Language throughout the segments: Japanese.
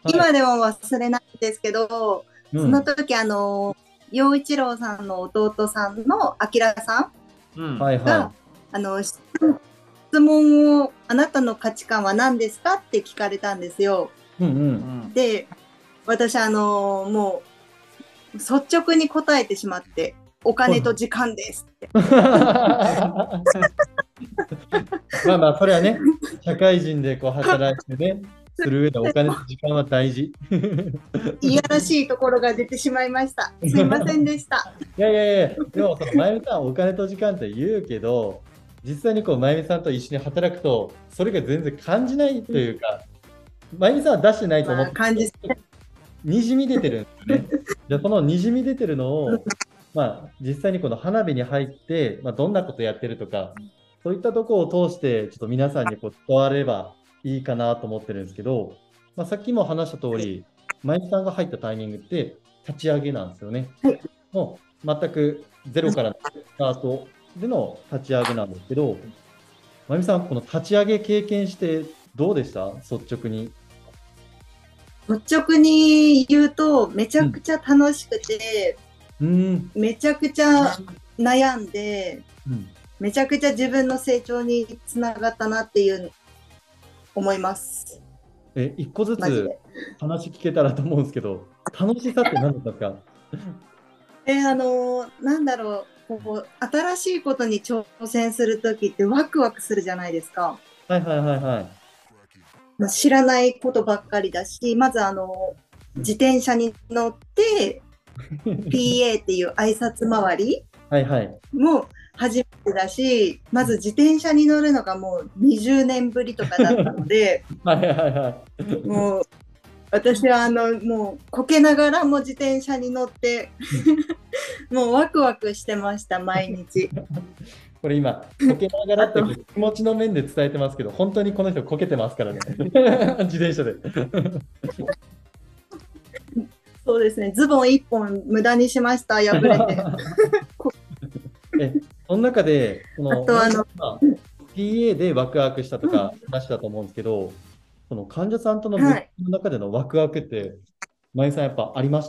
はい。 今でも忘れないんですけど、そのうん。 時陽一郎さんの弟さんの明さうん。 んが、 はいはい。 質問を、あなたの価値観は何ですかって聞かれたんですよ。 うんうん。 うん。 で、私、もう、率直に答えてしまって、おはい。 金と時間ですって。 まあまあ、それはね、社会人でこう働いてね、する上でお金と時間は大事。 いやらしいところが出てしまいました。すいませんでした。 いやいやいや、でもそのまゆみさん、お金と時間って言うけど、実際にこうまゆみさんと一緒に働くと、それが全然感じないというか、まゆみさんは出してないと思まあ、 ってる感じ、 けど、にじみ出てるんですよね。じゃあ、そのにじみ出てるのを、まあ、実際にこの花火に入って、まあ、どんなことやってるとか、そういったところを通して、ちょっと皆さんにこう伝わればいいかなと思ってるんですけど、まあ、さっきも話した通り、まゆみさんが入ったタイミングって立ち上げなんですよね。 はい。 もう全くゼロからのスタートでの立ち上げなんですけど、まゆみさん、この立ち上げ経験してどうでした率直に？ 率直に言うと、めちうん。 ゃくちゃ楽しくて、 うーん。 めちゃくちゃ悩んで、 うん。 めちゃくちゃ自分の成長につながったなっていう思います。 一個ずつマジで。 話聞けたらと思うんですけど、楽しさって何だったんですか？ なんだろう、こう、新しいことに挑戦するときってワクワクするじゃないですか。 はいはいはいはい。 まあ知らないことばっかりだし、まずうん。 自転車に乗って、PA っていう挨拶回りはいはい。 も初めてだし、まず自転車に乗るのがもう20年ぶりとかだったので、 はいはいはい。 もう私はもうこけながらも自転車に乗って、 うん。 もうワクワクしてました、毎日。 これ今、こけながらあと、 ってこう気持ちの面で伝えてますけど、本当にこの人こけてますからね。自転車で。 そうですね、ズボン1本無駄にしました、破れて。 え、その中で、その、 あと、 前にPA でワクワクしたとか話したと思うんですけど、その患者さんとの向きはい。 合いの中でのワクワクって、まゆさんやっぱありました？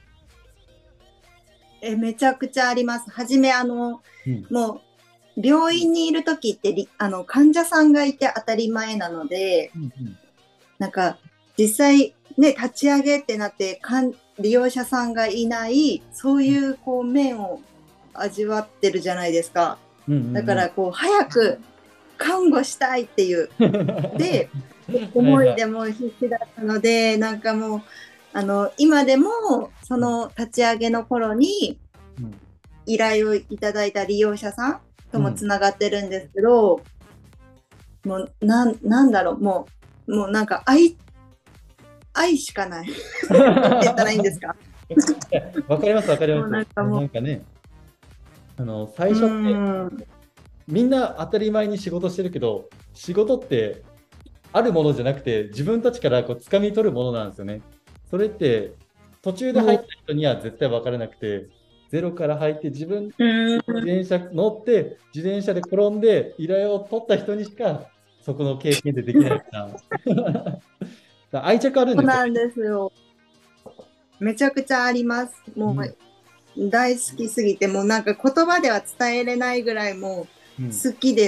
めちゃくちゃあります。はじめ、 うん。 もう、病院にいるときって患者さんがいて当たり前なので、 うんうん。 なんか、実際、ね、立ち上げってなって、利用者さんがいない、そういう、こう、面を味わってるじゃないですか。 うんうんうん。 だから、こう、早く看護したいっていう、で、 はいはい。 思いでも必死だったので、なんかもう、今でも、そうんの立ち上げの頃にうん依頼をいただいた利用者さんともつうん。 ながってるんですけど、もう、なんだろう、もうなんか愛しかないって言ったらいいんですか？ わかりますわかりまもうす。 なんかもなんかね、最う、 初ってん、 みんな当たり前に仕事してるけど、仕事ってあるものじゃなくて、自分たちからこう掴み取るものなんですよね。それって途中で入ったも人には絶対分からなくて、ゼロから入って自分う、 自転車乗って、自転車で転んで依頼を取った人にしかそこの経験でできないから、だから愛着あるんですよそうなんですよ。めちゃくちゃあります。もね。 う大好きすぎて、もうなんか言葉では伝えれないぐらいもううん。うん。 好きです。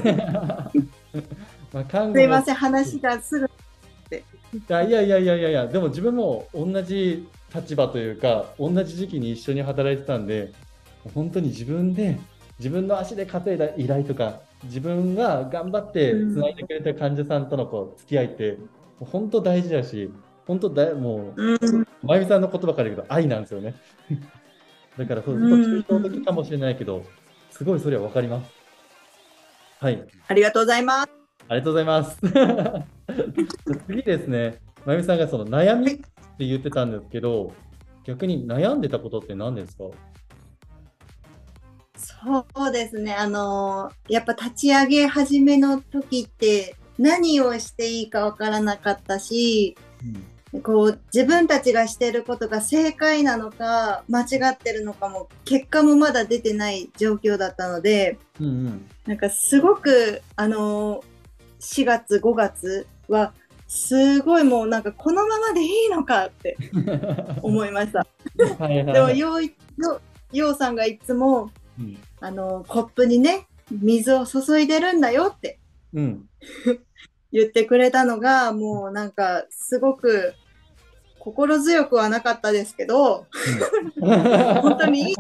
まあ、看護も、 すいません、話がすぐって。 いやいやいやいやいや、でも自分も同じ立場というか、同じ時期に一緒に働いてたんで、本当に自分で、自分の足で稼いだ依頼とか、自分が頑張ってつうん、 ないでくれた患者さんとのこう付き合いって、本当大事だし、本当だ、もうん、 う、まゆみさんの言葉から言うと愛なんですよね。だからそう、ちょっと抽うん。 象的かもしれないけど、すごいそれは分かります。はい。 ありがとうございます。 ありがとうございます。次ですね、まゆみさんがその悩みって言ってたんですけど、逆に悩んでたことって何ですか？ そうですね。やっぱ立ち上げ始めの時って何をしていいかわからなかったし、 うん。 こう自分たちがしていることが正解なのか間違ってるのかも結果もまだ出てない状況だったので、 うんうん。 なんかすごく4月5月はすごいもうなんかこのままでいいのかって思いました。 はいはでも、 いはい。 ようさんがいつも、 うん。 コップにね、水を注いでるんだよってうん。 言ってくれたのが、もうなんか、すごく心強くはなかったですけど、 うん。 本当にいい、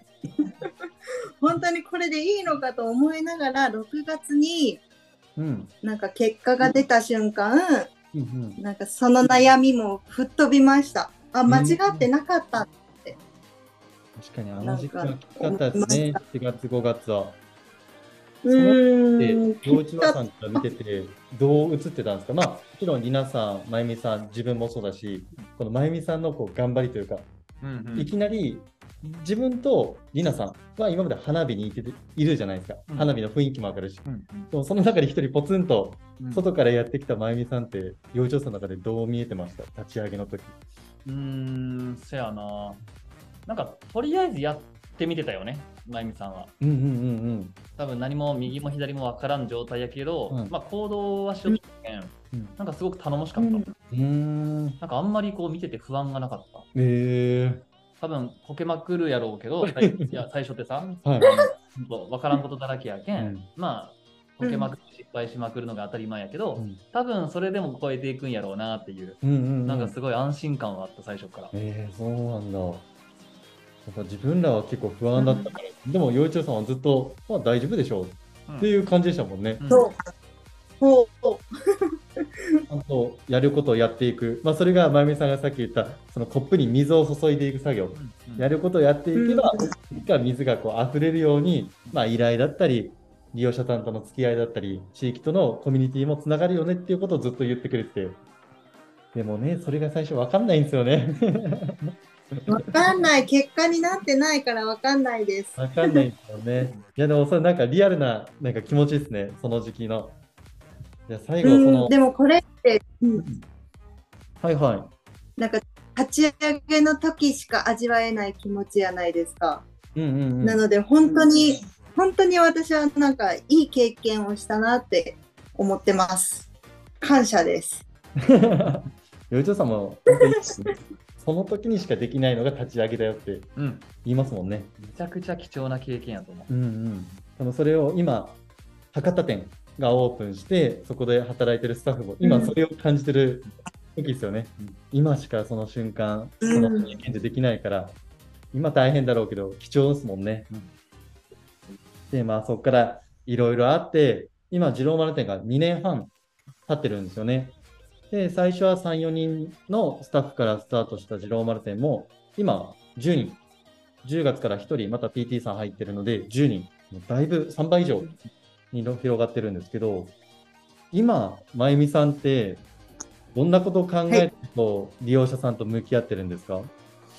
本当にこれでいいのかと思いながら、6月にうん。 なんか結果が出た瞬間、 うん。 なんかその悩みも吹っ飛びました。あ、間違うん。 ってなかったって、 確かにあのなんか時期はきつかっ思たですね。 いました。 4月、5月は。 うその時ってーん、き陽一郎つかっさんから見ててどう映ってたんですか？まあ、もちろんりなさん、まゆみさん、自分もそうだし、このまゆみさんのこう頑張りというか、 うんういんきなり自分とりなさんは今まで花火にいるじゃないですか。 うん花火の雰囲気もわかるし。 うんでもその中で一人ポツンとうん外からやってきたまゆみさんって、陽一郎さんの中でどう見えてました？立ち上げの時。 せやな。なんか、とりあえずやってみてたよね、まゆみさんは。 うんうん多分何も右も左も分からん状態やけど、 うんまあ行動はしよったけん、 うんなんかすごく頼もしかった。 うんなんかあんまりこう見てて不安がなかった。 え多分こけまくるやろうけど、いや最初ってさ、 はい分からんことだらけやけん、 うんまあ、こけまくって失敗しまくるのが当たり前やけど、 うん多分それでも超えていくんやろうなっていう、なんかすごい安心感はあった、最初から。 そうなんだ。やっぱ自分らは結構不安だったから、でも陽一郎さんはずっと、まあ、大丈夫でしょうっていう感じでしたもんね。 うんそう、そう、 ちゃんとやることをやっていく、まあ、それがまゆみさんがさっき言った、そのコップに水を注いでいく作業、 うんやることをやっていけば、いつか水がこう溢れるように、まあ、依頼だったり、利用者さんとの付き合いだったり、地域とのコミュニティもつながるよねっていうことをずっと言ってくれてて、でもね、それが最初わかんないんですよね。 わかんない。結果になってないからわかんないです。 わかんないですよね。いや、でもそれなんかリアルななんか気持ちですね、その時期の。いや、最後その、 でもこれって、 はいはなんか立ち上げの時しか味わえない気持ちじゃないですか。 い。うんうんうん。 なので本当に、本当に私はなんかいい経験をしたなって思ってます。感謝です。 よいちょさんも本当にその時にしかできないのが立ち上げだよってうん言いますもんね。 めちゃくちゃ貴重な経験やと思う。 うんうん。でもそれを今、博多店がオープンして、そこで働いてるスタッフも今それを感じてる時ですよね。今しかその瞬間、その経験でできないから、今大変だろうけど、貴重ですもんね。で、まあそこからいろいろあって、今、二郎丸店が2年半経ってるんですよね。で、最初は3、4人のスタッフからスタートした二郎丸店も、今、10人、10月から1人、また PT さん入ってるので、10人、だいぶ3倍以上に広がってるんですけど、今、まゆみさんって、どんなことを考えてこう利用者さんと向き合ってるんですか？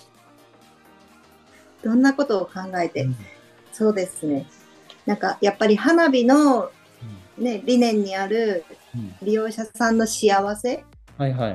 どんなことを考えて、そうですね。なんかやっぱり花火の、ね、理念にある利用者さんの幸せはいはい。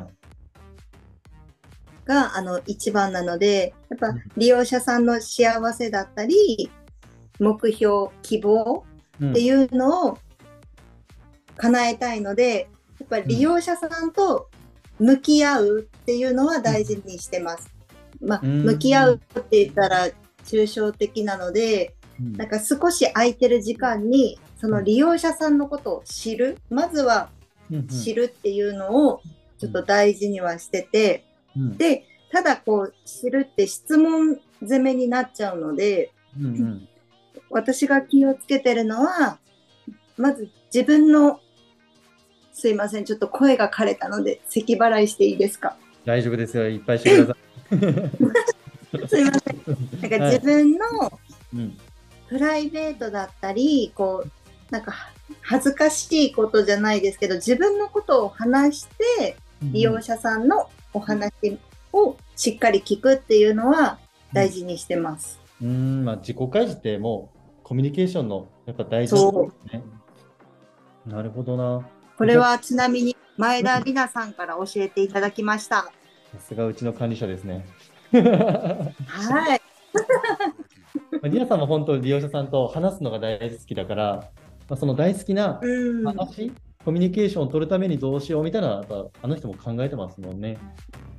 が一番なので、やっぱ利用者さんの幸せだったり、目標、希望っていうのを叶えたいので、やっぱり利用者さんと向き合うっていうのは大事にしてます。まあ、向き合うって言ったら抽象的なので、なんか少し空いてる時間にその利用者さんのことを知る、まずは知るっていうのをちょっと大事にはしてて、でただこう知るって質問攻めになっちゃうので、私が気をつけてるのは、まず自分の、すいません、ちょっと声が枯れたので咳払いしていいですか？ 大丈夫ですよ、いっぱいしてください。すいません。なんか自分のプライベートだったり、こうなんか恥ずかしいことじゃないですけど、自分のことを話して利用者さんのお話をしっかり聞くっていうのは大事にしてます。 まあ、自己開示ってもうコミュニケーションのやっぱ大事なんですね。なるほどな。 これはちなみに前田里奈さんから教えていただきました。 さすがうちの管理者ですね。 はい。 里奈さんも本当に利用者さんと話すのが大好きだから、その大好きな話コミュニケーションを取るためにどうしようみたいな、やっぱあの人も考えてますもんね。